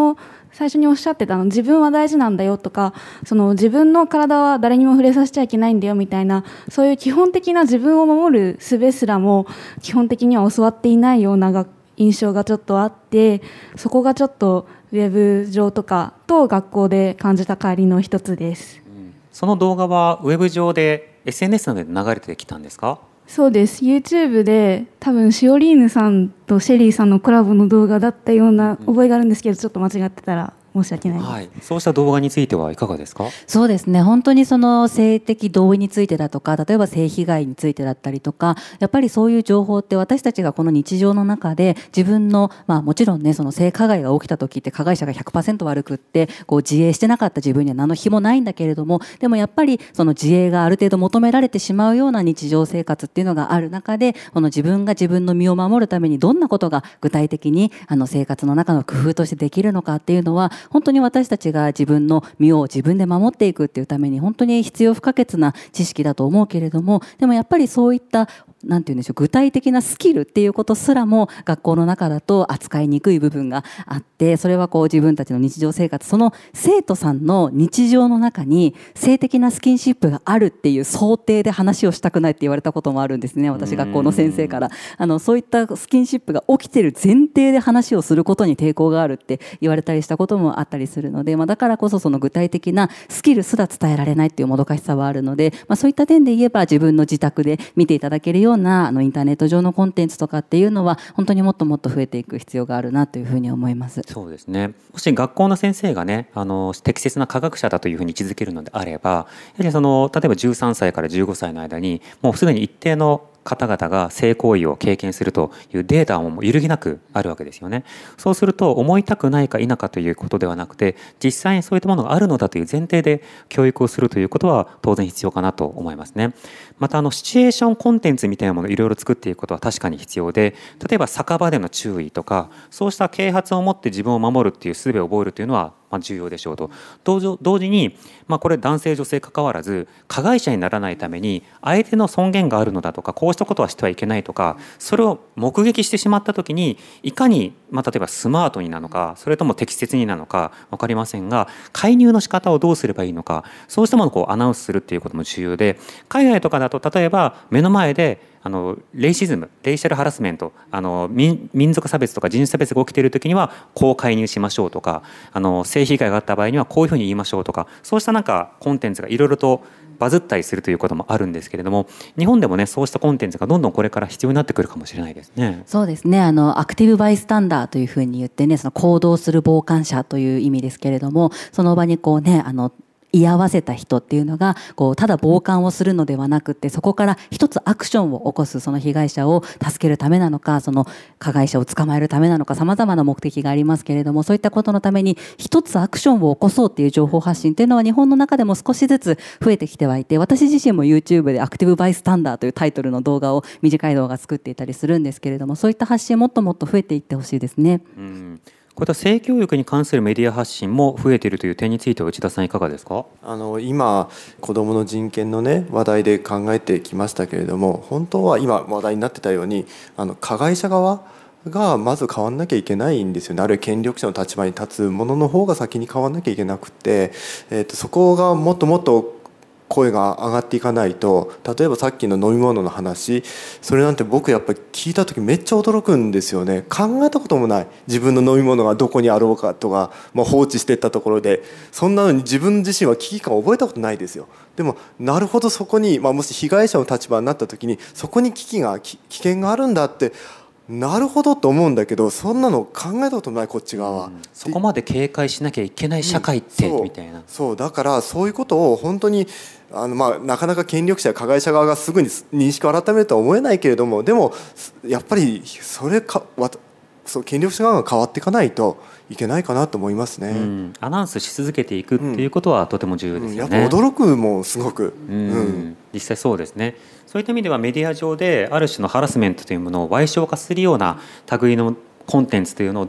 最初におっしゃってたの自分は大事なんだよとか、その自分の体は誰にも触れさせちゃいけないんだよみたいな、そういう基本的な自分を守る術すらも基本的には教わっていないような印象がちょっとあって、そこがちょっとウェブ上とかと学校で感じた帰りの一つです。 うん、その動画はウェブ上で エスエヌエス などで流れてきたんですか？ そうです。 YouTube で多分シオリーヌさんとシェリーさんのコラボの動画だったような覚えがあるんですけど、ちょっと間違ってたら申し訳ないです、 はい、そうした動画についてはいかがですか？ そうですね、本当にその性的同意についてだとか、例えば性被害についてだったりとか、やっぱりそういう情報って私たちがこの日常の中で自分の、まあもちろんね、その性加害が起きた時って加害者が ひゃくパーセント 悪くってこう自衛してなかった自分には何の非もないんだけれども、でもやっぱりその自衛がある程度求められてしまうような日常生活っていうのがある中で、この自分が自分の身を守るためにどんなことが具体的にあの生活の中の工夫としてできるのかっていうのは、本当に私たちが自分の身を自分で守っていくっていうために本当に必要不可欠な知識だと思うけれども、でもやっぱりそういったなんていうんでしょう、具体的なスキルっていうことすらも学校の中だと扱いにくい部分があって、それはこう自分たちの日常生活、その生徒さんの日常の中に性的なスキンシップがあるっていう想定で話をしたくないって言われたこともあるんですね。私学校の先生からあのそういったスキンシップが起きてる前提で話をすることに抵抗があるって言われたりしたこともあったりするので、まあ、だからこそその具体的なスキルすら伝えられないっていうもどかしさはあるので、まあ、そういった点で言えば自分の自宅で見ていただけるようようなあのインターネット上のコンテンツとかっていうのは本当にもっともっと増えていく必要があるなというふうに思います。 そうですね。もし学校の先生がね、あの適切な科学者だというふうに位置づけるのであれば、やはりその例えばじゅうさんさいからじゅうごさいの間にもうすでに一定の方々が性行為を経験するというデータも揺るぎなくあるわけですよね。そうすると思いたくないか否かということではなくて、実際にそういったものがあるのだという前提で教育をするということは当然必要かなと思いますね。またあのシチュエーションコンテンツみたいなものをいろいろ作っていくことは確かに必要で、例えば酒場での注意とか、そうした啓発を持って自分を守るっていう術を覚えるというのはまあ重要でしょうと。同時に、まあ、これ男性女性関わらず加害者にならないために相手の尊厳があるのだとか、こうしたことはしてはいけないとか、それを目撃してしまった時にいかに、まあ、例えばスマートになのか、それとも適切になのか分かりませんが、介入の仕方をどうすればいいのか、そうしたものをこうアナウンスするっていうことも重要で、海外とかだと例えば目の前であのレイシズム、レイシャルハラスメント、あの 民, 民族差別とか人種差別が起きているときにはこう介入しましょうとか、あの性被害があった場合にはこういうふうに言いましょうとか、そうしたなんかコンテンツがいろいろとバズったりするということもあるんですけれども、日本でもね、そうしたコンテンツがどんどんこれから必要になってくるかもしれないですね。 そうですね。あのアクティブバイスタンダーというふうに言ってね、その行動する傍観者という意味ですけれども、その場にこうね、あの居合わせた人っていうのがこうただ傍観をするのではなくて、そこから一つアクションを起こす、その被害者を助けるためなのか、その加害者を捕まえるためなのか、様々な目的がありますけれども、そういったことのために一つアクションを起こそうっていう情報発信っていうのは日本の中でも少しずつ増えてきてはいて、私自身も YouTube でアクティブバイスタンダーというタイトルの動画を、短い動画作っていたりするんですけれども、そういった発信もっともっと増えていってほしいですね。 うん、こういった性教育に関するメディア発信も増えているという点については内田さんいかがですか？ あの今子どもの人権の、ね、話題で考えてきましたけれども、本当は今話題になってたように、あの加害者側がまず変わんなきゃいけないんですよね。あるいは権力者の立場に立つ者の方が先に変わんなきゃいけなくて、えーと、そこがもっともっと声が上がっていかないと、例えばさっきの飲み物の話、それなんて僕やっぱり聞いた時めっちゃ驚くんですよね。考えたこともない、自分の飲み物がどこにあろうかとか、まあ、放置していったところで、そんなのに自分自身は危機感を覚えたことないですよ。でもなるほど、そこに、まあ、もし被害者の立場になった時にそこに危機が危険があるんだって、なるほどと思うんだけど、そんなの考えたことない、こっち側は、うん、 そこまで警戒しなきゃいけない社会って、うん、みたいな。 そうだからそういうことを本当にあの、まあ、なかなか権力者や加害者側がすぐに認識を改めるとは思えないけれども、でもやっぱりそれかわそう権力者側が変わっていかないといけないかなと思いますね。うん、 アナウンスし続けていくっていうことはとても重要ですよね。 うん、やっぱ驚くもんすごく、 うんうん、実際そうですね。そういった意味ではメディア上である種のハラスメントというものを矮小化するような類のコンテンツというのをどう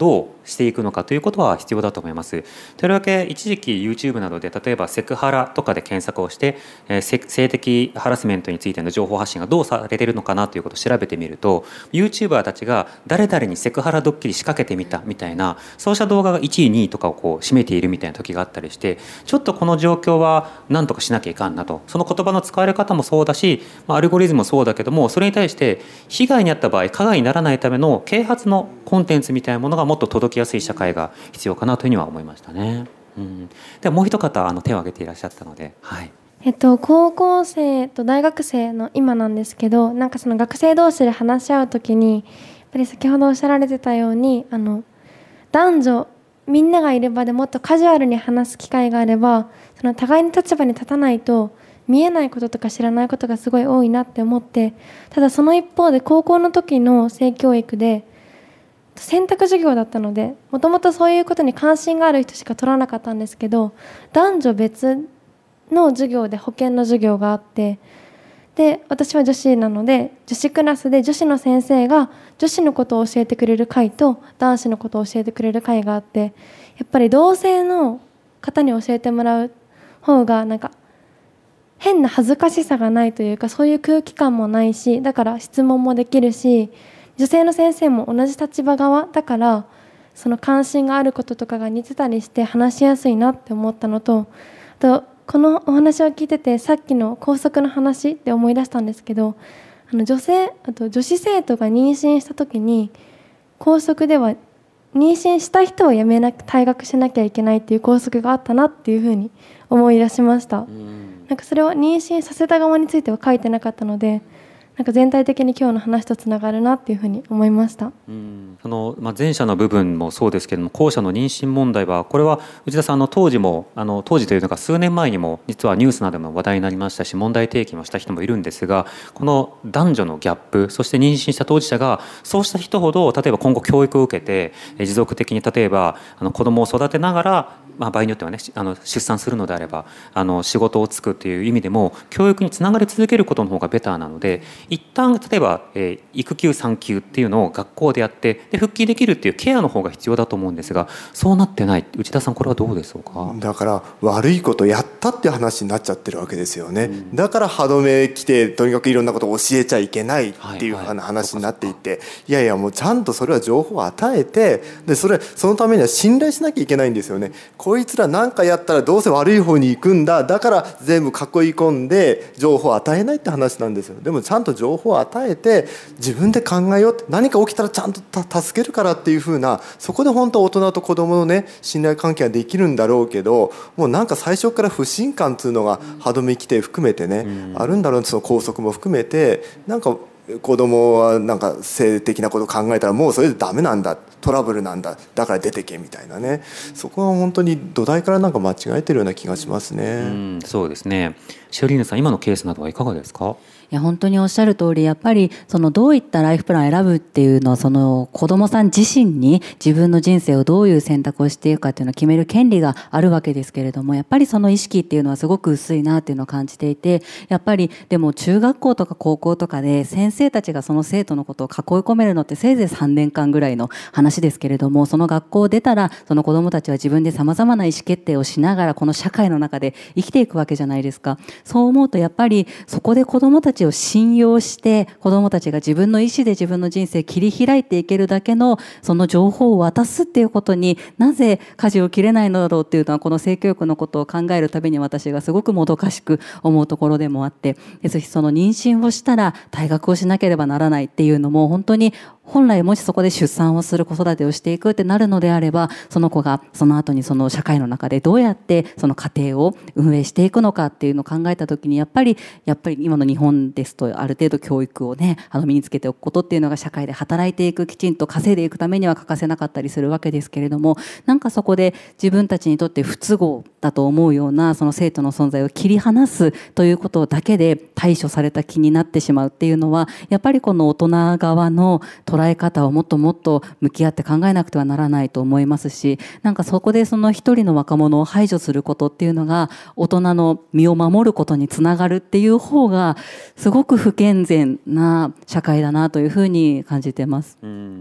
していくのかということは必要だと思います。とりわけ一時期 YouTube などで例えばセクハラとかで検索をして、えー、性的ハラスメントについての情報発信がどうされているのかなということを調べてみると YouTuber たちが誰々にセクハラドッキリ仕掛けてみたみたいなそうした動画がいちいにいとかをこう占めているみたいな時があったりしてちょっとこの状況は何とかしなきゃいかんなとその言葉の使われ方もそうだし、まあ、アルゴリズムもそうだけどもそれに対して被害に遭った場合加害にならないための啓発のコンテンツみたいなものがもっと届きやすい社会が必要かなというふうには思いましたね。うん、ではもう一方あの手を挙げていらっしゃったので、はいえっと、高校生と大学生の今なんですけどなんかその学生同士で話し合うときにやっぱり先ほどおっしゃられてたようにあの男女みんながいる場でもっとカジュアルに話す機会があればその互いの立場に立たないと見えないこととか知らないことがすごい多いなって思ってただその一方で高校の時の性教育で選択授業だったのでもともとそういうことに関心がある人しか取らなかったんですけど男女別の授業で保健の授業があってで私は女子なので女子クラスで女子の先生が女子のことを教えてくれる会と男子のことを教えてくれる会があってやっぱり同性の方に教えてもらう方がなんか変な恥ずかしさがないというかそういう空気感もないしだから質問もできるし女性の先生も同じ立場側だからその関心があることとかが似てたりして話しやすいなって思ったのとあとこのお話を聞いててさっきの校則の話って思い出したんですけどあの女性あと女子生徒が妊娠した時に校則では妊娠した人はやめなく退学しなきゃいけないっていう校則があったなっていうふうに思い出しました。なんかそれは妊娠させた側については書いてなかったのでなんか全体的に今日の話とつながるなっていうふうに思いました。 うんその、まあ、前者の部分もそうですけれども後者の妊娠問題はこれは内田さんの当時もあの当時というのが数年前にも実はニュースなどでも話題になりましたし問題提起もした人もいるんですがこの男女のギャップそして妊娠した当事者がそうした人ほど例えば今後教育を受けて持続的に例えばあの子供を育てながら、まあ、場合によってはねあの出産するのであればあの仕事をつくという意味でも教育につながり続けることの方がベターなので一旦例えば、えー、育休産休っていうのを学校でやってで復帰できるっていうケアの方が必要だと思うんですがそうなってない内田さんこれはどうでしょうか。 だから悪いことやったっていう話になっちゃってるわけですよね、うん、だから歯止め来てとにかくいろんなことを教えちゃいけないっていう話になっていて、はいはい、いやいやもうちゃんとそれは情報を与えてでそれそのためには信頼しなきゃいけないんですよね。こいつら何かやったらどうせ悪い方に行くんだだから全部囲い込んで情報を与えないって話なんですよ。でもちゃんと情報を与えて自分で考えようって何か起きたらちゃんと助けるからっていう風なそこで本当は大人と子供のね信頼関係ができるんだろうけどもうなんか最初から不信感っていうのが歯止め規定含めてね、うん、あるんだろうその校則も含めてなんか子供はなんか性的なことを考えたらもうそれでダメなんだトラブルなんだだから出てけみたいなねそこは本当に土台からなんか間違えてるような気がしますね。 うん、そうですね。シオリーヌさん今のケースなどはいかがですか。 いや本当におっしゃる通りやっぱりそのどういったライフプランを選ぶっていうのはその子どもさん自身に自分の人生をどういう選択をしていくかっていうのを決める権利があるわけですけれどもやっぱりその意識っていうのはすごく薄いなっていうのを感じていてやっぱりでも中学校とか高校とかで先生たちがその生徒のことを囲い込めるのってせいぜいさんねんかんぐらいの話ですけれどもその学校を出たらその子どもたちは自分でさまざまな意思決定をしながらこの社会の中で生きていくわけじゃないですか。そう思うとやっぱりそこで子どもたちを信用して子どもたちが自分の意思で自分の人生を切り開いていけるだけのその情報を渡すっていうことになぜ舵を切れないのだろうっていうのはこの性教育のことを考えるたびに私がすごくもどかしく思うところでもあってぜひその妊娠をしたら退学をしなければならないっていうのも本当に本来もしそこで出産をする子育てをしていくってなるのであればその子がその後にその社会の中でどうやってその家庭を運営していくのかっていうのを考えた時にやっぱりやっぱり今の日本ですとある程度教育をねあの身につけておくことっていうのが社会で働いていくきちんと稼いでいくためには欠かせなかったりするわけですけれどもなんかそこで自分たちにとって不都合だと思うようなその生徒の存在を切り離すということだけで対処された気になってしまうっていうのはやっぱりこの大人側の捉え方をもっともっと向き合って考えなくてはならないと思いますしなんかそこでその一人の若者を排除することっていうのが大人の身を守ることにつながるっていう方がすごく不健全な社会だなというふうに感じてます。 うん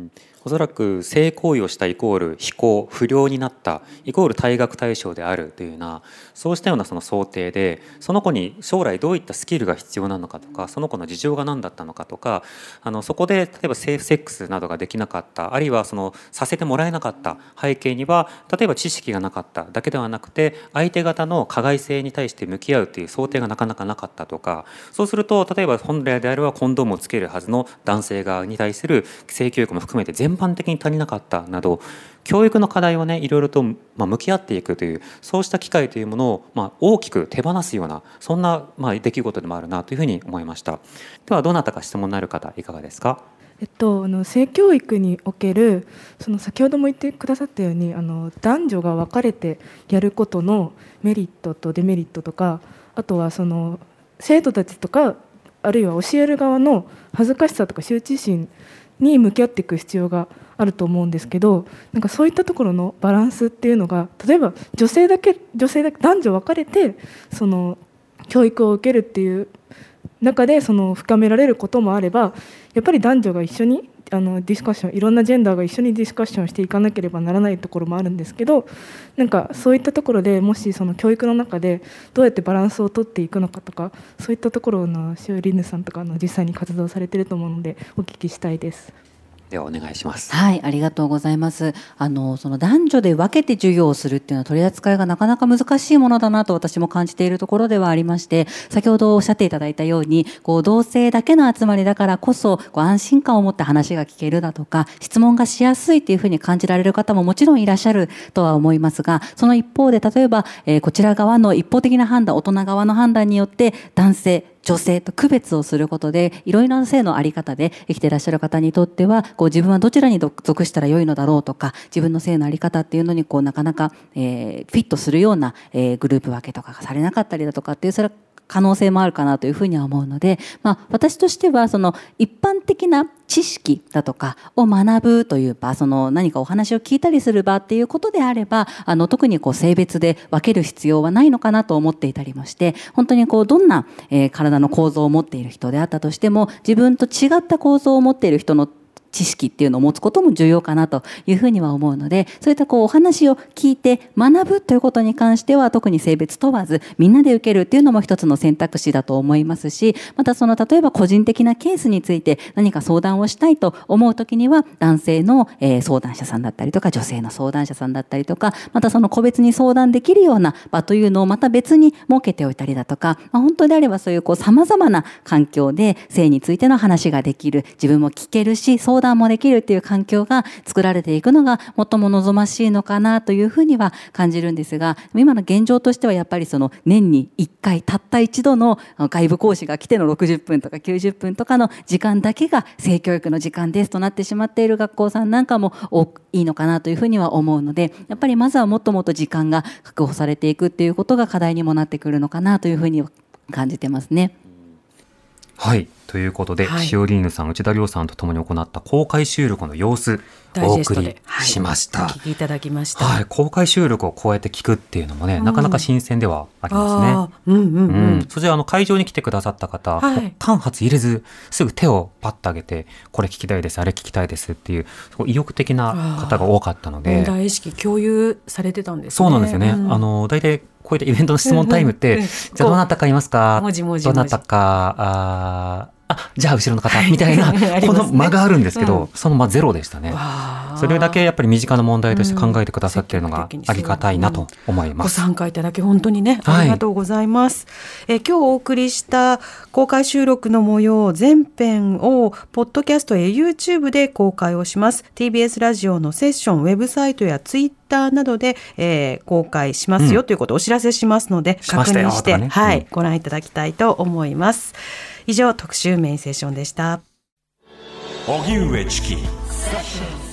おそらく性行為をしたイコール非行不良になったイコール退学対象であるというような、そうしたようなその想定で、その子に将来どういったスキルが必要なのかとか、その子の事情が何だったのかとか、あのそこで例えばセーフセックスなどができなかった、あるいはそのさせてもらえなかった背景には、例えば知識がなかっただけではなくて、相手方の加害性に対して向き合うという想定がなかなかなかったとか、そうすると例えば本来であればコンドームをつけるはずの男性側に対する性教育も含めて全般的に足りなかったなど、教育の課題をねいろいろとまあ向き合っていくという、そうした機会というものをまあ大きく手放すような、そんなまあ出来事でもあるなというふうに思いました。ではどなたか質問のある方いかがですか。 えっと、あの性教育におけるその先ほども言ってくださったように、あの男女が分かれてやることのメリットとデメリットとか、あとはその生徒たちとかあるいは教える側の恥ずかしさとか羞恥心に向き合っていく必要があると思うんですけど、なんかそういったところのバランスっていうのが、例えば女性だけ女性だけ男女分かれてその教育を受けるっていう中でその深められることもあれば、やっぱり男女が一緒にあのディスカッション、いろんなジェンダーが一緒にディスカッションしていかなければならないところもあるんですけど、なんかそういったところでもしその教育の中でどうやってバランスをとっていくのかとか、そういったところのしおりぬさんとかの実際に活動されていると思うのでお聞きしたいです。 ではお願いします。 はい、ありがとうございます。あのその男女で分けて授業をするっていうのは取り扱いがなかなか難しいものだなと私も感じているところではありまして、先ほどおっしゃっていただいたように、こう同性だけの集まりだからこそこう安心感を持って話が聞けるだとか、質問がしやすいというふうに感じられる方ももちろんいらっしゃるとは思いますが、その一方で例えば、えー、こちら側の一方的な判断、大人側の判断によって男性女性と区別をすることで、いろいろな性のあり方で生きていらっしゃる方にとっては、こう自分はどちらに属したら良いのだろうとか、自分の性のあり方っていうのにこうなかなか、えー、フィットするような、えー、グループ分けとかがされなかったりだとかっていう、それは可能性もあるかなというふうには思うので、まあ、私としてはその一般的な知識だとかを学ぶという場、その何かお話を聞いたりする場っていうことであれば、あの特にこう性別で分ける必要はないのかなと思っていたりもして、本当にこうどんな、えー、体の構造を持っている人であったとしても、自分と違った構造を持っている人の知識っていうのを持つことも重要かなというふうには思うので、そういったこうお話を聞いて学ぶということに関しては、特に性別問わずみんなで受けるっていうのも一つの選択肢だと思いますし、またその例えば個人的なケースについて何か相談をしたいと思うときには、男性の、えー、相談者さんだったりとか、女性の相談者さんだったりとか、またその個別に相談できるような場というのをまた別に設けておいたりだとか、まあ、本当であればそういうこう様々な環境で性についての話ができる、自分も聞けるし相談もできるっていう環境が作られていくのが最も望ましいのかなというふうには感じるんですが、今の現状としてはやっぱりその年にいっかいたった一度の外部講師が来てのろくじゅっぷんとかきゅうじゅっぷんとかの時間だけが性教育の時間ですとなってしまっている学校さんなんかもいいのかなというふうには思うので、やっぱりまずはもっともっと時間が確保されていくっていうことが課題にもなってくるのかなというふうに感じてますね。 はい、ということで、はい、しおりーぬさん、内田亮さんとともに行った公開収録の様子お送りしました。 はい、お聞きいただきました。 はい、公開収録をこうやって聞くっていうのもね、うん、なかなか新鮮ではありますね。うんうんうんうん、そしてあの会場に来てくださった方、はい、間髪入れずすぐ手をパッと上げて、これ聞きたいです、あれ聞きたいですっていう意欲的な方が多かったので、 問題意識共有されてたんですね。 そうなんですよね。うん、あの大体こういったイベントの質問タイムって、うんうん、じゃあどなたかいますか、 文字文字どなたか、ああ、じゃあ後ろの方みたいな、ね、この間があるんですけど、うん、その間ゼロでしたね。それだけやっぱり身近な問題として考えてくださっているのがありがたいなと思います。 ご参加いただき本当にね、ありがとうございます。はい、え今日お送りした公開収録の模様、全編をポッドキャストや YouTube で公開をします。ティービーエス ラジオのセッション、ウェブサイトやツイッターなどで、えー、公開しますよということをお知らせしますので、うん、確認して、ね、はい、うん、ご覧いただきたいと思います。以上、特集メインセッションでした。 荻上チキ